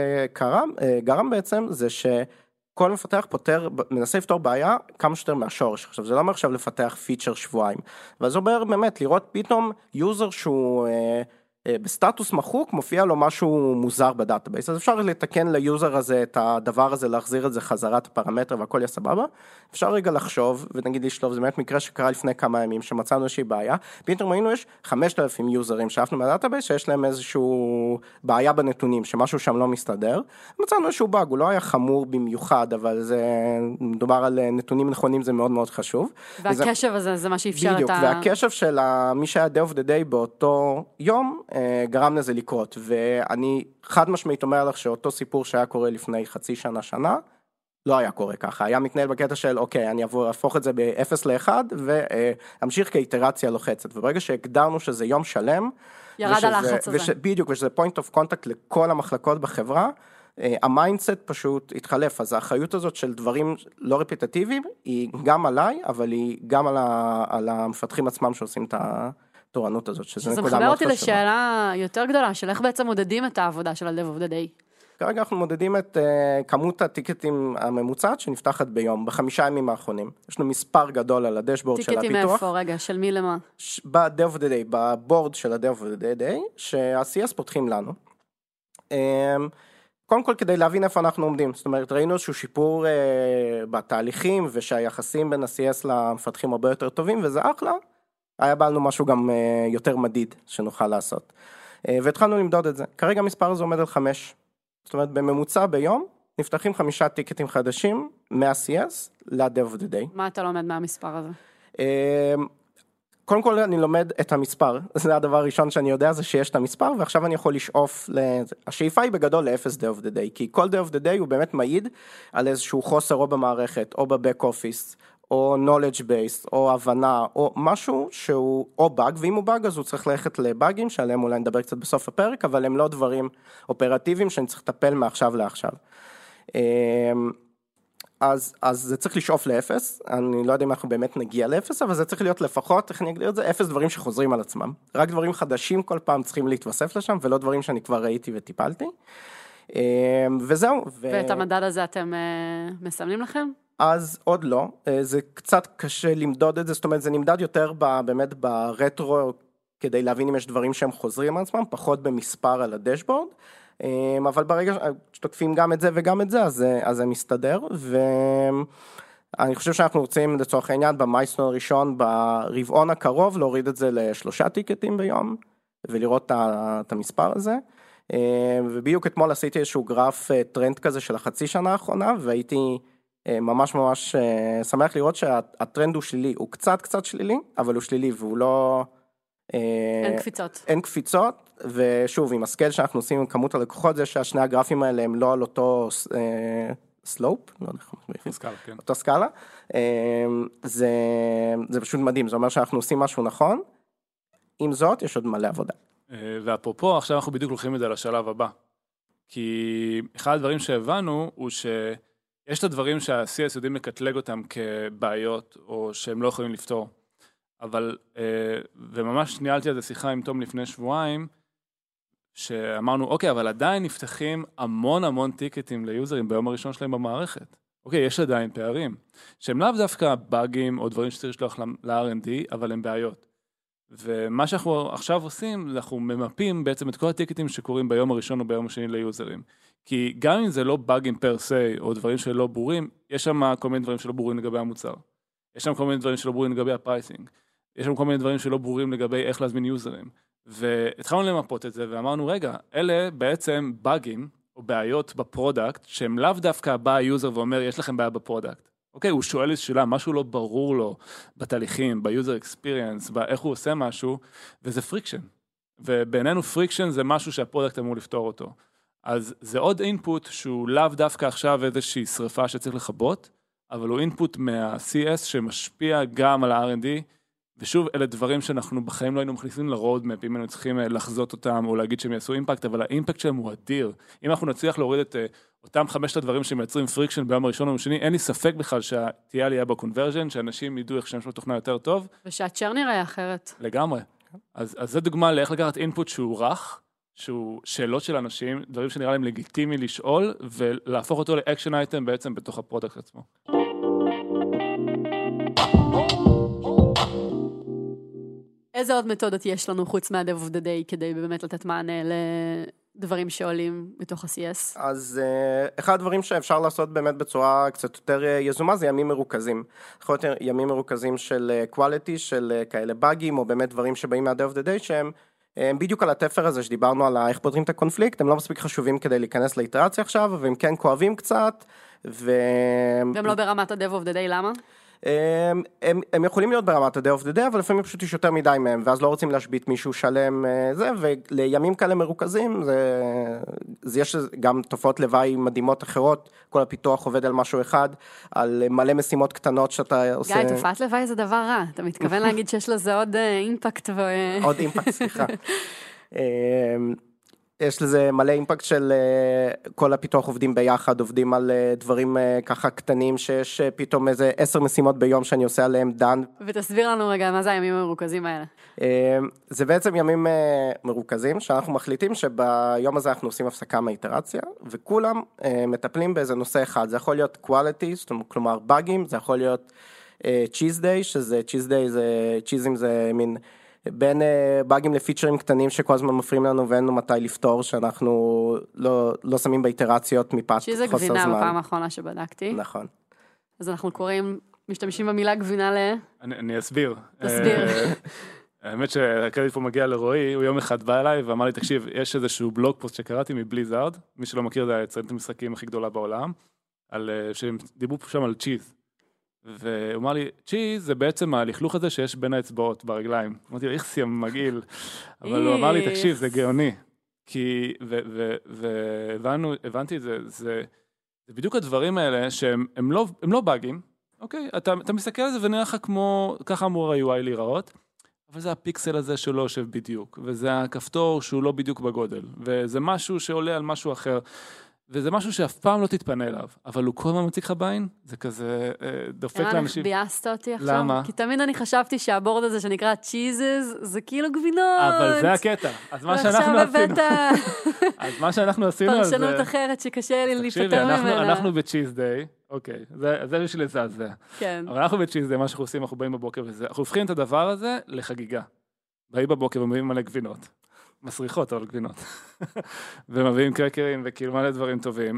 גרם בעצם, זה שכל מפתח מנסה לפתור בעיה כמה שיותר מהשורש. עכשיו, זה לא אומר עכשיו לפתח פיצ'ר שבועיים, אבל זה אומר באמת לראות פתאום יוזר שהוא בסטטוס מחוק, מופיע לו משהו מוזר בדאטאבייס, אז אפשר לתקן ליוזר הזה את הדבר הזה, להחזיר את זה חזרת הפרמטר והכל יהיה סבבה. אפשר רגע לחשוב, ונגיד לשלוב, זה באמת מקרה שקרה לפני כמה ימים, שמצאנו איזושהי בעיה, פתאום ראינו יש 5,000 יוזרים שאפנו מהדאטאבייס, שיש להם איזשהו בעיה בנתונים, שמשהו שם לא מסתדר, מצאנו איזשהו באג, הוא לא היה חמור במיוחד, אבל זה מדובר על נתונים נכונים, זה מאוד מאוד חשוב. והקשב הזה, זה מה שאפשר בדיוק, והקשב של מי שהיה Day of the Day באותו יום, גרם לזה לקרות, ואני חד משמעית אומר לך שאותו סיפור שהיה קורה לפני חצי שנה, לא היה קורה ככה, היה מתנהל בקטע של אוקיי, אני אהפוך את זה ב-0 ל-1, והמשיך כאיטרציה לוחצת, וברגע שהגדרנו שזה יום שלם, ירד הלחץ הזה. בדיוק, ושזה point of contact לכל המחלקות בחברה, המיינדסט פשוט התחלף, אז האחריות הזאת של דברים לא רפיטטיביים, היא גם עליי, אבל היא גם על המפתחים עצמם שעושים את התורנות הזאת, שזה נקודה מאוד חשובה. זה מחבר אותי לשאלה יותר גדולה, של איך בעצם מודדים את העבודה של ה-Day of the Day. כרגע אנחנו מודדים את כמות הטיקטים הממוצעת שנפתחת ביום, ב5 ימים האחרונים. יש לנו מספר גדול על הדשבורד של הפיתוח. טיקטים איפה, רגע, של מי למה? ב-Day of the Day, בבורד של ה-Day of the Day, שה-CS פותחים לנו. קודם כל כדי להבין איפה אנחנו עומדים, זאת אומרת ראינו איזשהו שיפור בתהליכים, ושהיחסים בין ה-CS למפתחים הרבה יותר טובים, וזה אחלה. היה בעלנו משהו גם יותר מדיד שנוכל לעשות. והתחלנו למדוד את זה. כרגע המספר הזה עומד על 5. זאת אומרת, בממוצע ביום, נפתחים 5 טיקטים חדשים מה-CS ל-Day of the Day. מה אתה לומד מהמספר הזה? קודם כל אני לומד את המספר, זה הדבר הראשון שאני יודע, זה שיש את המספר, ועכשיו אני יכול לשאוף, השאיפה היא בגדול ל-0 Day of the Day, כי כל Day of the Day הוא באמת מעיד על איזשהו חוסר או במערכת, או בבק אופיס, או knowledge base, או הבנה, או משהו שהוא או באג, ואם הוא באג אז הוא צריך ללכת לבאגים, שעליהם אולי נדבר קצת בסוף הפרק, אבל הם לא דברים אופרטיביים שאני צריך לטפל מעכשיו לעכשיו. אז זה צריך לשאוף לאפס, אני לא יודע אם אנחנו באמת נגיע לאפס, אבל זה צריך להיות לפחות, איך אני אגדיר את זה, 0 דברים שחוזרים על עצמם. רק דברים חדשים כל פעם צריכים להתווסף לשם, ולא דברים שאני כבר ראיתי וטיפלתי. וזהו. ואת המדד הזה אתם מסמנים לכם? אז עוד לא, זה קצת קשה למדוד את זה, זאת אומרת זה נמדד יותר באמת ברטרו, כדי להבין אם יש דברים שהם חוזרים על עצמם, פחות במספר על הדשבורד, אבל ברגע שתוקפים גם את זה וגם את זה, אז זה מסתדר, ואני חושב שאנחנו רוצים לצורך העניין במייסטון הראשון, ברבעון הקרוב, להוריד את זה ל3 טיקטים ביום, ולראות את המספר הזה, ובדיוק אתמול עשיתי איזשהו גרף טרנד כזה של החצי שנה האחרונה, והייתי ממש שמח לראות שהטרנד הוא שלילי, הוא קצת שלילי, אבל הוא שלילי והוא לא... אין קפיצות. ושוב, עם הסקייל שאנחנו עושים עם כמות הלקוחות, זה שהשני הגרפים האלה הם לא על אותו סלופ, לא יודע, אותו סקאלה, זה פשוט מדהים, זה אומר שאנחנו עושים משהו נכון, עם זאת יש עוד מלא עבודה. ואפרופו, עכשיו אנחנו בדיוק לוקחים את זה לשלב הבא, כי אחד הדברים שהבנו הוא שיש את הדברים שה-CS יודעים לקטלג אותם כבעיות, או שהם לא יכולים לפתור. אבל, וממש ניהלתי על זה שיחה עם תום לפני שבועיים, שאמרנו, אוקיי, אבל עדיין נפתחים המון טיקטים ליוזרים ביום הראשון שלהם במערכת. אוקיי, יש עדיין פערים, שהם לאו דווקא באגים או דברים שצריך לשלוח ל-R&D, אבל הם בעיות. ומה שאנחנו עכשיו עושים, אנחנו ממפים בעצם את כל הטיקטים שקורים ביום הראשון או ביום השני ליוזרים. כי גם אם זה לא באגים פר סי, או דברים שלא ברורים, יש שם כל מיני דברים שלא ברורים לגבי המוצר. יש שם כל מיני דברים שלא ברורים לגבי הפרייסינג. יש שם כל מיני דברים שלא ברורים לגבי איך להזמין יוזרים. והתחלנו למפות את זה, ואמרנו, רגע, אלה בעצם באגים, או בעיות בפרודקט, שהם לאו דווקא בא היוזר ואומר, יש לכם בעיה בפרודקט. אוקיי, הוא שואל את שאלה, משהו לא ברור לו בתהליכים, ביוזר אקספיריאנס, באיך הוא עושה משהו, וזה פריקשן. ובינינו פריקשן זה משהו שהפרודקט אמור לפתור אותו. אז זה עוד אינפוט שהוא לאו דווקא עכשיו איזושהי שריפה שצריך לחבות, אבל הוא אינפוט מה-CS שמשפיע גם על ה-R&D, ושוב, אלה דברים שאנחנו בחיים לא היינו מכניסים לרודמפ, אם היינו צריכים לחזות אותם או להגיד שהם יעשו אימפקט, אבל האימפקט שלהם הוא אדיר. אם אנחנו נצליח להוריד את אותם 5 הדברים שמייצרים פריקשן ביום הראשון או בשני, אין לי ספק בכלל שתהיה עלייה בקונברז'ן, שאנשים ידעו איך שיש לו תוכנה יותר טוב. ושהצ'ר נראה אחרת. לגמרי. אז זו דוגמה לאיך לקחת אינפוט שהוא רך, שהוא שאלות של אנשים, דברים שנראה להם לגיטימי לשאול, ולהפוך אותו לאקשן אייטם בעצם בתוך הפרודקט עצמו. איזה עוד מתודות יש לנו חוץ מה-Dev of the Day כדי באמת לתת מענה לדברים שעולים בתוך ה-CS? אז אחד הדברים שאפשר לעשות באמת בצורה קצת יותר יזומה זה ימים מרוכזים. יכול להיות ימים מרוכזים של quality, של כאלה באגים, או באמת דברים שבאים מה-Dev of the Day שהם בדיוק על התפר הזה שדיברנו על איך פותרים את הקונפליקט, הם לא מספיק חשובים כדי להיכנס לאיטרציה עכשיו, והם כן כואבים קצת. והם לא ברמת ה-Dev of the Day, למה? הם יכולים להיות ברמת ה-Day of the Day, אבל לפעמים פשוט יש יותר מדי מהם, ואז לא רוצים להשבית מישהו שלם זה, ולימים כאלה מרוכזים, יש גם תופעות לוואי מדהימות אחרות, כל הפיתוח עובד על משהו אחד, על מלא משימות קטנות שאתה עושה... גיא, תופעת לוואי זה דבר רע, אתה מתכוון להגיד שיש לזה עוד אימפקט עוד אימפקט, סליחה. יש לזה מלא אימפקט של כל הפיתוח עובדים ביחד, עובדים על דברים ככה קטנים, שיש פתאום איזה 10 משימות ביום שאני עושה עליהם דן. ותסביר לנו רגע מה זה הימים המרוכזים האלה. זה בעצם ימים מרוכזים, שאנחנו מחליטים שביום הזה אנחנו עושים הפסקה מהאיטרציה, וכולם מטפלים באיזה נושא אחד. זה יכול להיות quality, כלומר באגים, זה יכול להיות cheese day, שזה cheese day, צ'יזים זה מין... בין באגים לפיצ'רים קטנים שכל הזמן מפריעים לנו ואין לנו מתי לפתור, שאנחנו לא שמים באיטרציות מפאת חוסר זמן. שזה גבינה בפעם האחרונה שבדקתי. נכון. אז אנחנו משתמשים במילה גבינה אני אסביר. תסביר. האמת שהקרדיט פה מגיע לרועי, הוא יום אחד בא אליי ואמר לי, תקשיב, יש איזשהו בלוג פוסט שקראתי מבליזארד, מי שלא מכיר זה יצרנית המשחקים הכי גדולה בעולם, שהם דיברו שם על צ'יז. והוא אמר לי, צ'יז זה בעצם הלכלוך הזה שיש בין האצבעות ברגליים. אמרתי לו, איך סיים מגעיל. אבל הוא אמר לי, תקשיב, זה גאוני. כי, והבנתי את זה, זה בדיוק הדברים האלה שהם לא באגים, אוקיי? אתה מסתכל על זה ונראה לך כמו, ככה אמור ה-UI להיראות, אבל זה הפיקסל הזה שלא יושב בדיוק, וזה הכפתור שהוא לא בדיוק בגודל, וזה משהו שעולה על משהו אחר. וזה משהו שאף פעם לא תתפנה אליו, אבל הוא כל הזמן מציג לך בעין, זה כזה דופק לאנשים. ביאסת אותי עכשיו. למה? כי תמיד אני חשבתי שהבורד הזה שנקרא צ'יזז, זה כאילו גבינות. אבל זה הקטע. אז מה שאנחנו עשינו. אז מה שאנחנו עשינו על זה... פרשנות אחרת שקשה לי להיפטר ממנה. אנחנו בצ'יז דיי, אוקיי, זה בשביל לזעזע. כן. אבל אנחנו בצ'יז דיי, מה שאנחנו עושים, אנחנו באים בבוקר וזה, אנחנו הופכים את הדבר הזה לחגיגה. באים בבוקר ומביאים מלא גבינות. מסריחות, אבל גבינות. ומביאים קרקרים וכאילו מלא דברים טובים.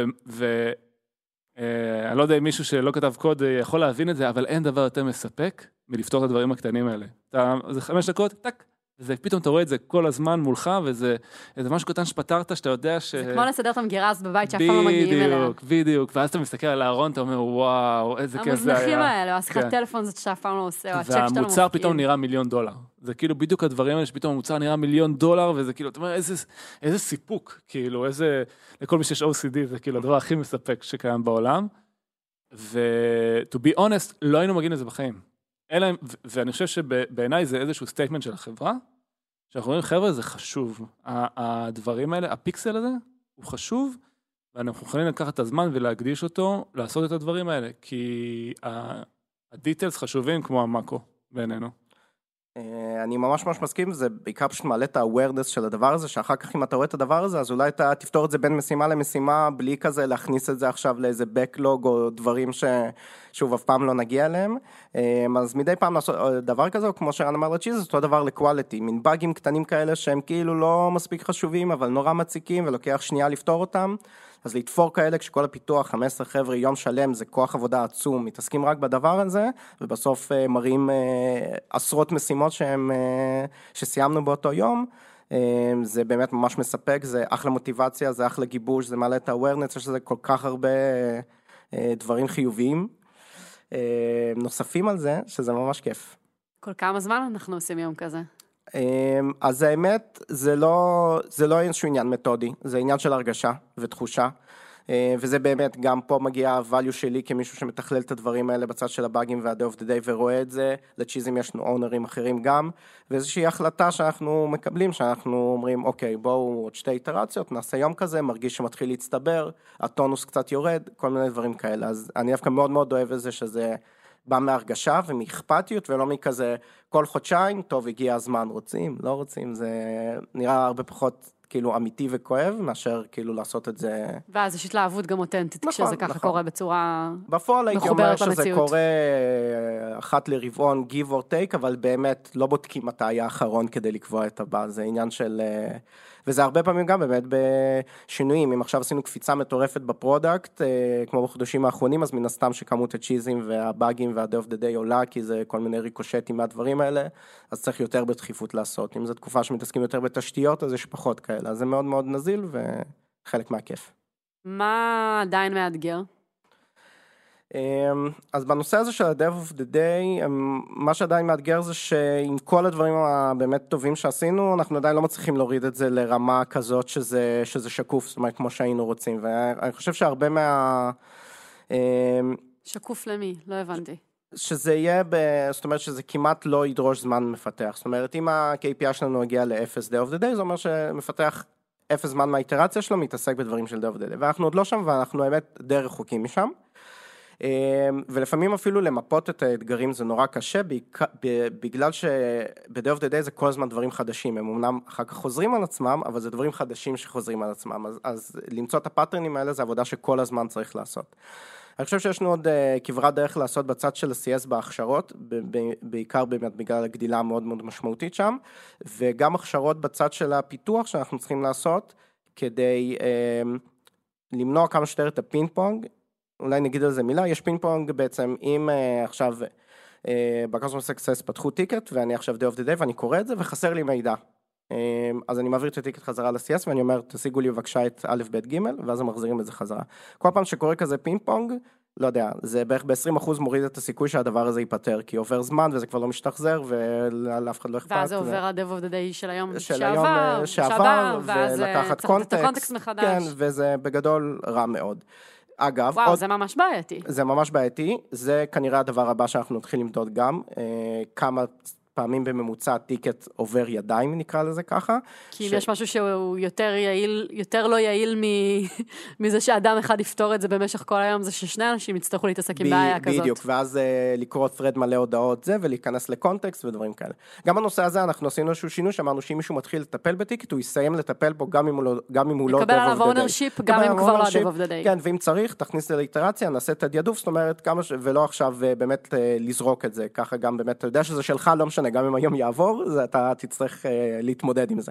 אני לא יודע אם מישהו שלא כתב קוד יכול להבין את זה, אבל אין דבר יותר מספק מלפתור את הדברים הקטנים האלה. זה 5 דקות, טק, ופתאום אתה רואה את זה כל הזמן מולך, וזה משהו קטן שפתרת, שאתה יודע ש... זה כמו לסדר את המגירה אז בבית שאף פעם לא מגיעים אליה. בדיוק, ואז אתה מסתכל על הארון, אתה אומר, וואו, איזה כיף זה היה. המזנחים האלה, או השיחת טלפון זאת שאף פעם לא עושה, או הצ'ק שאתה לא מפקיד. והמוצר פתאום נראה $1,000,000. זה כאילו בדיוק הדברים האלה, שפתאום המוצר נראה $1,000,000, וזה כאילו, אתה אומר, איזה סיפוק, כאילו, לכל מי שיש OCD, זה כאילו הדבר הכי מספק שקיים בעולם. ו-to be honest, לא היינו מגיעים לזה בחיים. ואני חושב שבעיניי זה איזשהו statement של החברה, שאנחנו רואים, חבר'ה, זה חשוב. הדברים האלה, הפיקסל הזה, הוא חשוב, ואנחנו יכולים לקחת את הזמן ולהקדיש אותו, לעשות את הדברים האלה, כי הדיטלס חשובים כמו המאקו בעינינו. אני ממש מסכים, זה בעיקר פשוט מעלה את ה-awareness של הדבר הזה, שאחר כך אם אתה רואה את הדבר הזה, אז אולי אתה תפתור את זה בין משימה למשימה, בלי כזה להכניס את זה עכשיו לאיזה backlog, או דברים ששוב אף פעם לא נגיע אליהם. אז מדי פעם לעשות דבר כזה, או כמו שרן אמר לצ'יז, זה אותו דבר לקואליטי, מין באגים קטנים כאלה שהם כאילו לא מספיק חשובים, אבל נורא מציקים, ולוקח שנייה לפתור אותם. אז לתפור כאלה כשכל הפיתוח, 15 חבר'ה, יום שלם, זה כוח עבודה עצום, מתעסקים רק בדבר הזה, ובסוף מראים עשרות משימות שסיימנו באותו יום, זה באמת ממש מספק, זה אחלה מוטיבציה, זה אחלה גיבוש, זה מעלה את ה-awareness, יש לזה כל כך הרבה דברים חיוביים, נוספים על זה, שזה ממש כיף. כל כמה זמן אנחנו עושים יום כזה? אז האמת, זה לא איזשהו עניין מתודי, זה עניין של הרגשה ותחושה, וזה באמת, גם פה מגיע הvalue שלי כמישהו שמתכלל את הדברים האלה בצד של הבאגים וה-day of the day ורואה את זה, לצ'יזים יש לנו אונרים אחרים גם, ואיזושהי החלטה שאנחנו מקבלים, שאנחנו אומרים, אוקיי, בואו עוד 2 איטרציות, נעשה יום כזה, מרגיש שמתחיל להצטבר, הטונוס קצת יורד, כל מיני דברים כאלה, אז אני דווקא מאוד מאוד אוהב את זה שזה בא מהרגשה ומאכפתיות, ולא מכזה כל חודשיים, טוב, הגיע הזמן, רוצים, לא רוצים, זה נראה הרבה פחות כאילו אמיתי וכואב, מאשר כאילו לעשות את זה. ואז יש התלהבות גם אותנטית, כשזה ככה קורה בצורה בפועל הייתי אומר שזה קורה אחת לרבעון, give or take, אבל באמת לא בודקים מתי היה האחרון כדי לקבוע את הבא, זה עניין של... וזה הרבה פעמים גם באמת בשינויים, אם עכשיו עשינו קפיצה מטורפת בפרודקט, כמו בחודשים האחרונים, אז מן הסתם שכמות הצ'יזים והבאגים וה-day of the day עולה, כי זה כל מיני ריקושטים מהדברים האלה, אז צריך יותר בדחיפות לעשות. אם זו תקופה שמתעסקים יותר בתשתיות, אז יש פחות כאלה. אז זה מאוד מאוד נזיל וחלק מהכיף. מה עדיין מאתגר? אז בנושא הזה של ה-Dev of the Day, מה שעדיין מאתגר זה שעם כל הדברים הבאמת טובים שעשינו, אנחנו עדיין לא מצליחים להוריד את זה לרמה כזאת שזה שקוף, זאת אומרת, כמו שהיינו רוצים, ואני חושב שהרבה שקוף למי? לא הבנתי. שזה יהיה, זאת אומרת שזה כמעט לא ידרוש זמן מפתח, זאת אומרת, אם ה-KPI שלנו הגיע ל-0 Day of the Day, זה אומר שמפתח 0 זמן מהאיטרציה שלו, מתעסק בדברים של Day of the Day, ואנחנו עוד לא שם, ואנחנו באמת די רחוקים משם. ולפעמים אפילו למפות את האתגרים זה נורא קשה, בגלל ב-Day of the Day זה כל הזמן דברים חדשים, הם אמנם אחר כך חוזרים על עצמם, אבל זה דברים חדשים שחוזרים על עצמם, אז למצוא את הפאטרנים האלה זה עבודה שכל הזמן צריך לעשות. אני חושב שיש לנו עוד כברת דרך לעשות בצד של ה-CS בהכשרות, בעיקר באמת בגלל הגדילה המאוד מאוד משמעותית שם, וגם הכשרות בצד של הפיתוח שאנחנו צריכים לעשות, כדי למנוע כמה שיותר את הפינג פונג, אולי נגיד על זה מילה, יש פינג פונג בעצם, אם עכשיו ב-Customer Success פתחו טיקט, ואני עכשיו Day of the Day, ואני קורא את זה, וחסר לי מידע. אז אני מעביר את הטיקט חזרה ל-CS, ואני אומר, תשיגו לי בבקשה את א', ב', ג', ואז הם מחזירים את זה חזרה. כל פעם שקורה כזה פינג פונג, לא יודע, זה בערך ב-20% מוריד את הסיכוי שהדבר הזה ייפטר, כי עובר זמן, וזה כבר לא משתחזר, ולאף אחד לא אכפת. ואז זה עובר ה-Dev of the Day של היום שעבר, ולקחת קונטקסט מחדש. כן, וזה בגדול רע מאוד. אגב, וואו, זה ממש בעייתי. זה ממש בעייתי, זה כנראה הדבר הבא שאנחנו נתחיל למדוד גם, כמה פעמים בממוצע טיקט עובר ידיים, נקרא לזה ככה. כי אם יש משהו שהוא יותר לא יעיל מזה שאדם אחד יפתור את זה במשך כל היום, זה ששני אנשים יצטרכו להתעסק עם בעיה כזאת. בדיוק, ואז לקרוא thread מלא הודעות זה, ולהיכנס לקונטקסט ודברים כאלה. גם בנושא הזה אנחנו עשינו איזשהו שינוי, שאמרנו שאם מישהו מתחיל לטפל בטיקט, הוא יסיים לטפל בו גם אם הוא לא יקבל עליו ownership, גם אם כבר לא dev of the day. כן, ואם צריך, תכניס לאיטרציה, נעשה את הדידוף, זאת אומרת, ולא עכשיו באמת לזרוק את זה, ככה גם באמת, אתה יודע שזה שלך, לא משנה, גם אם היום יעבור, אתה תצטרך להתמודד עם זה.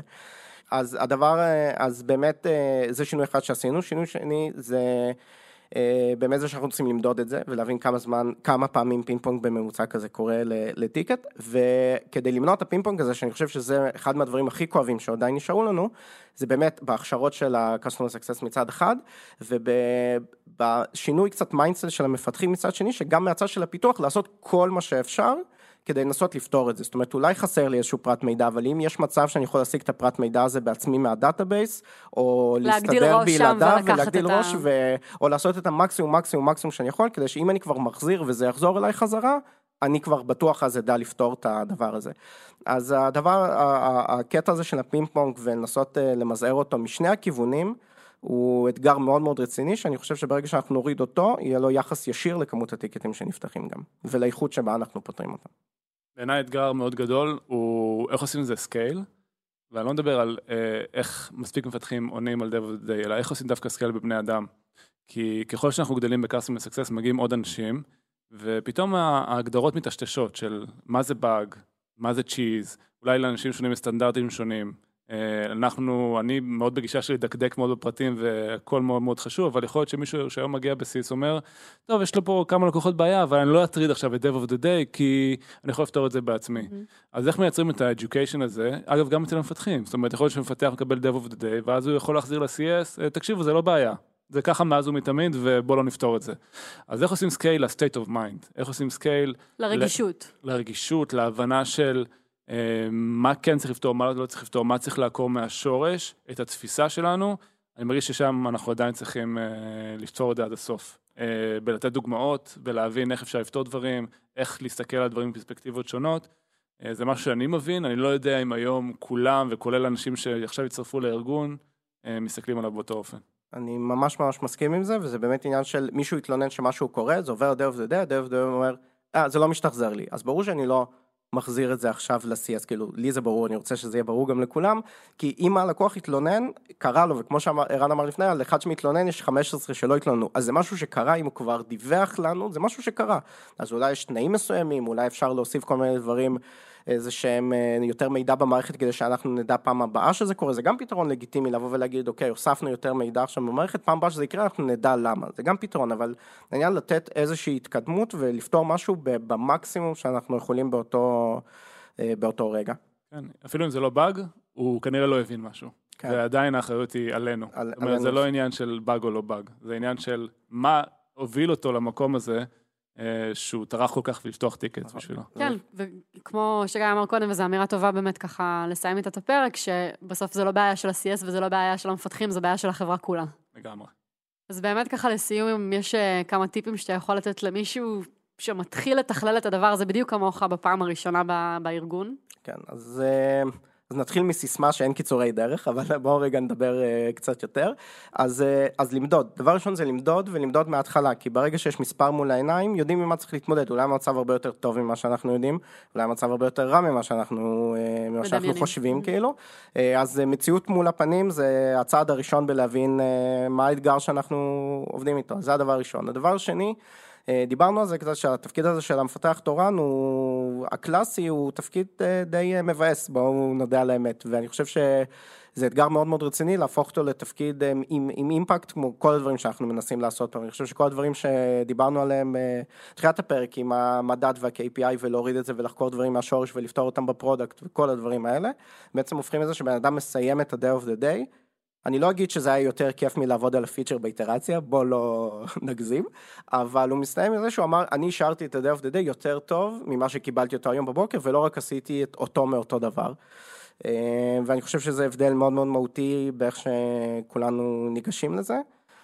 אז באמת, זה שינוי אחד שעשינו, שינוי שני, זה באמת זה שאנחנו רוצים למדוד את זה, ולהבין כמה פעמים פינג-פונג בממוצע כזה קורה לטיקט, וכדי למנוע את הפינג-פונג הזה, שאני חושב שזה אחד מהדברים הכי כואבים שעדיין נשארו לנו, זה באמת בהכשרות של ה-Customer Success מצד אחד, ובשינוי קצת מיינדסט של המפתחים מצד שני, שגם מהצד של הפיתוח לעשות כל מה שאפשר, כדי לנסות לפתור את זה. זאת אומרת, אולי חסר לי איזשהו פרט מידע, אבל אם יש מצב שאני יכול להשיג את הפרט מידע הזה בעצמי מהדאטאבייס, או להסתדר בלעדיו ולהגדיל ראש, או לעשות את המקסימום שאני יכול, כדי שאם אני כבר מחזיר וזה יחזור אליי חזרה, אני כבר בטוח אז אדע לפתור את הדבר הזה. אז הקטע הזה של הפינג-פונג ולנסות למזער אותו משני הכיוונים, הוא אתגר מאוד מאוד רציני, שאני חושב שברגע שאנחנו נוריד אותו, יהיה לו יחס ישיר לכמות הטיקטים שנפתחים גם, ולאיכות שבה אנחנו פותרים אותם. בעיניי אתגר מאוד גדול, הוא איך עושים לזה סקייל, ואני לא מדבר על איך מספיק מפתחים עונים על dev of the day, אלא איך עושים דווקא סקייל בבני אדם. כי ככל שאנחנו גדלים ב-Customer Success, מגיעים עוד אנשים, ופתאום ההגדרות מתשתשות של מה זה באג, מה זה צ'יז, אולי לאנשים שונים בסטנדרטים שונים. אני מאוד בגישה שלי דקדק מאוד בפרטים והכל מאוד מאוד חשוב, אבל יכול להיות שמישהו שהיום מגיע בסיס אומר, טוב, יש לו פה כמה לקוחות בעיה, אבל אני לא אטריד עכשיו את dev of the day, כי אני יכול לפתור את זה בעצמי. אז איך מייצרים את ה-education הזה? אגב, גם אצל המפתחים. זאת אומרת, יכול להיות שמפתח מקבל dev of the day, ואז הוא יכול להחזיר ל-CS, תקשיבו, זה לא בעיה. זה ככה מאז הוא מתמיד, ובוא לא נפתור את זה. אז איך עושים סקייל ל-state of mind? איך עושים סקייל לרגישות, להבנה של מה כן צריך לפתור, מה לא צריך לפתור, מה צריך לעקור מהשורש, את התפיסה שלנו. אני מרגיש ששם אנחנו עדיין צריכים לפתור את זה עד הסוף. בלתת דוגמאות, ולהבין איך אפשר לפתור דברים, איך להסתכל על דברים בפרספקטיבות שונות. זה משהו שאני מבין, אני לא יודע אם היום כולם, וכולל אנשים שעכשיו יצטרפו לארגון, מסתכלים עליו באותו אופן. אני ממש מסכים עם זה, וזה באמת עניין של מישהו יתלונן שמשהו קורה, זה עובר dev of the day, dev of the day אומר, זה לא משתחזר לי. אז ברור שאני לא מחזיר את זה עכשיו ל-CS, כאילו, לי זה ברור, אני רוצה שזה יהיה ברור גם לכולם, כי אם הלקוח יתלונן, קרה לו, וכמו שערן אמר לפני, על אחד שמתלונן יש 15 שלא יתלוננו, אז זה משהו שקרה, אם הוא כבר דיווח לנו, זה משהו שקרה. אז אולי יש תנאים מסוימים, אולי אפשר להוסיף כל מיני דברים, איזה שהם יותר מידע במערכת, כדי שאנחנו נדע פעם הבאה שזה קורה, זה גם פתרון לגיטימי לבוא ולהגיד, אוקיי, הוספנו יותר מידע עכשיו במערכת, פעם הבאה שזה יקרה, אנחנו נדע למה, זה גם פתרון, אבל העניין לתת איזושהי התקדמות, ולפתור משהו במקסימום שאנחנו יכולים באותו רגע. כן, אפילו אם זה לא באג, הוא כנראה לא הבין משהו. כן. ועדיין האחריות היא עלינו. זאת אומרת, זה לא עניין של באג או לא באג, זה עניין של מה הוביל אותו למקום הזה, שהוא טרח כל כך ולפתוח טיקט בשבילו. כן, וכמו שגיא אמר קודם, וזו אמירה טובה באמת ככה לסיים את הפרק, שבסוף זה לא בעיה של ה-CS וזה לא בעיה של המפתחים, זה בעיה של החברה כולה. לגמרי. אז באמת ככה לסיום, אם יש כמה טיפים שאתה יכול לתת למישהו שמתחיל לתכלל את הדבר הזה בדיוק כמוך בפעם הראשונה בארגון. כן, אז נתחיל מסיסמה שאין קיצורי דרך, אבל בואו רגע נדבר קצת יותר. אז למדוד. דבר ראשון זה למדוד, ולמדוד מההתחלה, כי ברגע שיש מספר מול העיניים, יודעים ממה צריך להתמודד. אולי המצב הרבה יותר טוב ממה שאנחנו יודעים, אולי המצב הרבה יותר רע ממה שאנחנו חושבים, כאילו. אז מציאות מול הפנים זה הצעד הראשון בלהבין מה האתגר שאנחנו עובדים איתו. זה הדבר הראשון. הדבר השני, דיברנו על זה קצת שהתפקיד הזה של המפתח תורן הוא הקלאסי, הוא תפקיד די מבאס, בואו נדע על האמת, ואני חושב שזה אתגר מאוד מאוד רציני להפוך אותו לתפקיד עם אימפקט כמו כל הדברים שאנחנו מנסים לעשות, ואני חושב שכל הדברים שדיברנו עליהם תחילת הפרק עם המדד וה-KPI ולהוריד את זה ולחקור דברים מהשורש ולפתור אותם בפרודקט וכל הדברים האלה, בעצם הופכים את זה שבן אדם מסיים את ה-day of the day, אני לא אגיד שזה היה יותר כיף מלעבוד על הפיצ'ר באיטרציה, בוא לא נגזים, אבל הוא מסתיים מזה שהוא אמר, אני השארתי את ה-day of the day יותר טוב ממה שקיבלתי אותו היום בבוקר, ולא רק עשיתי את אותו מאותו דבר. ואני חושב שזה הבדל מאוד מאוד מהותי באיך שכולנו ניגשים לזה.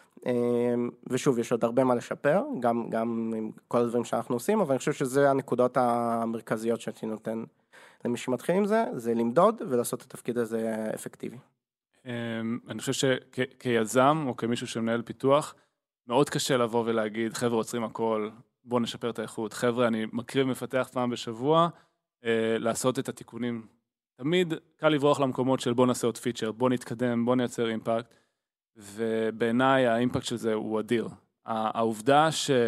ושוב, יש עוד הרבה מה לשפר, גם עם כל הדברים שאנחנו עושים, אבל אני חושב שזה הנקודות המרכזיות שאני נותן למי שמתחיל עם זה, זה למדוד ולעשות את התפקיד הזה אפקטיבי. אני חושב שכיזם או כמישהו שמנהל פיתוח, מאוד קשה לבוא ולהגיד, חבר'ה עוצרים הכל, בואו נשפר את האיכות. חבר'ה, אני מקריב מפתח פעם בשבוע, לעשות את התיקונים. תמיד קל לברוח למקומות של בואו נעשה עוד פיצ'ר, בואו נתקדם, בואו נייצר אימפקט, ובעיניי האימפקט של זה הוא אדיר. העובדה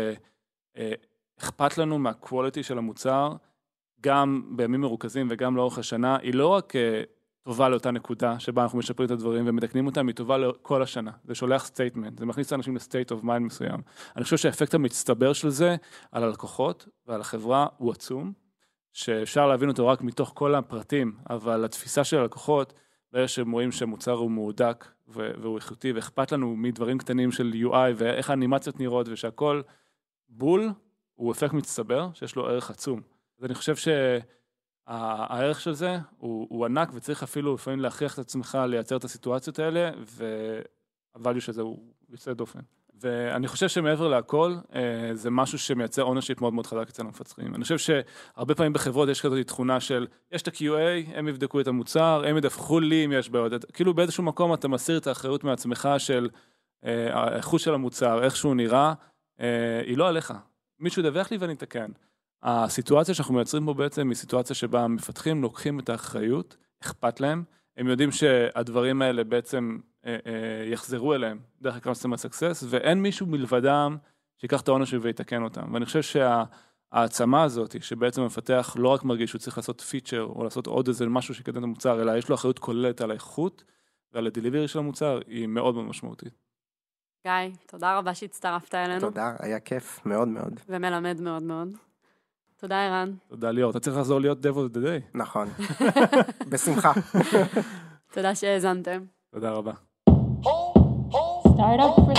שאכפת לנו מהקואליטי של המוצר, גם בימים מרוכזים וגם לאורך השנה, היא לא רק טובה לאותה נקודה שבה אנחנו משפרים את הדברים ומתקנים אותם, היא טובה לכל השנה. זה שולח סטייטמנט, זה מכניס אנשים לסטייט אוף מיינד מסוים. אני חושב שהאפקט המצטבר של זה על הלקוחות ועל החברה הוא עצום, שאפשר להבין אותו רק מתוך כל הפרטים, אבל התפיסה של הלקוחות, ברגע שהם רואים שהמוצר הוא מעודק והוא איכותי, ואכפת לנו מדברים קטנים של UI ואיך האנימציות נראות ושהכל בול, הוא אפקט מצטבר שיש לו ערך עצום. אז אני חושב שהערך של זה הוא ענק וצריך אפילו לפעמים להכריח את עצמך לייצר את הסיטואציות האלה, והvalue של זה הוא יוצא דופן. ואני חושב שמעבר להכל, זה משהו שמייצר ownership מאוד מאוד חזק אצל המפתחים. אני חושב שהרבה פעמים בחברות יש כזאת תכונה של, יש את ה-QA, הם יבדקו את המוצר, הם ידווחו לי אם יש בעיות. כאילו באיזשהו מקום אתה מסיר את האחריות מעצמך של האיכות של המוצר, איך שהוא נראה, היא לא עליך. מישהו ידווח לי ואני אתקן. הסיטואציה שאנחנו מייצרים פה בעצם היא סיטואציה שבה המפתחים לוקחים את האחריות, אכפת להם, הם יודעים שהדברים האלה בעצם יחזרו אליהם דרך ה-Customer Success, ואין מישהו מלבדם שיקח את העונש ויתקן אותם. ואני חושב שהעצמה הזאת, שבעצם המפתח לא רק מרגיש שהוא צריך לעשות פיצ'ר, או לעשות עוד איזה משהו שיקדם את המוצר, אלא יש לו אחריות כוללת על האיכות, ועל הדליברי של המוצר, היא מאוד מאוד משמעותית. גיא, תודה רבה שהצטרפת אלינו. תודה, היה כיף מאוד מאוד. ומלמד מאוד מאוד. תודה ערן. תודה ליאור, אתה צריך לחזור להיות Dev of the Day. נכון, בשמחה. תודה שהאזנתם. תודה רבה. Startup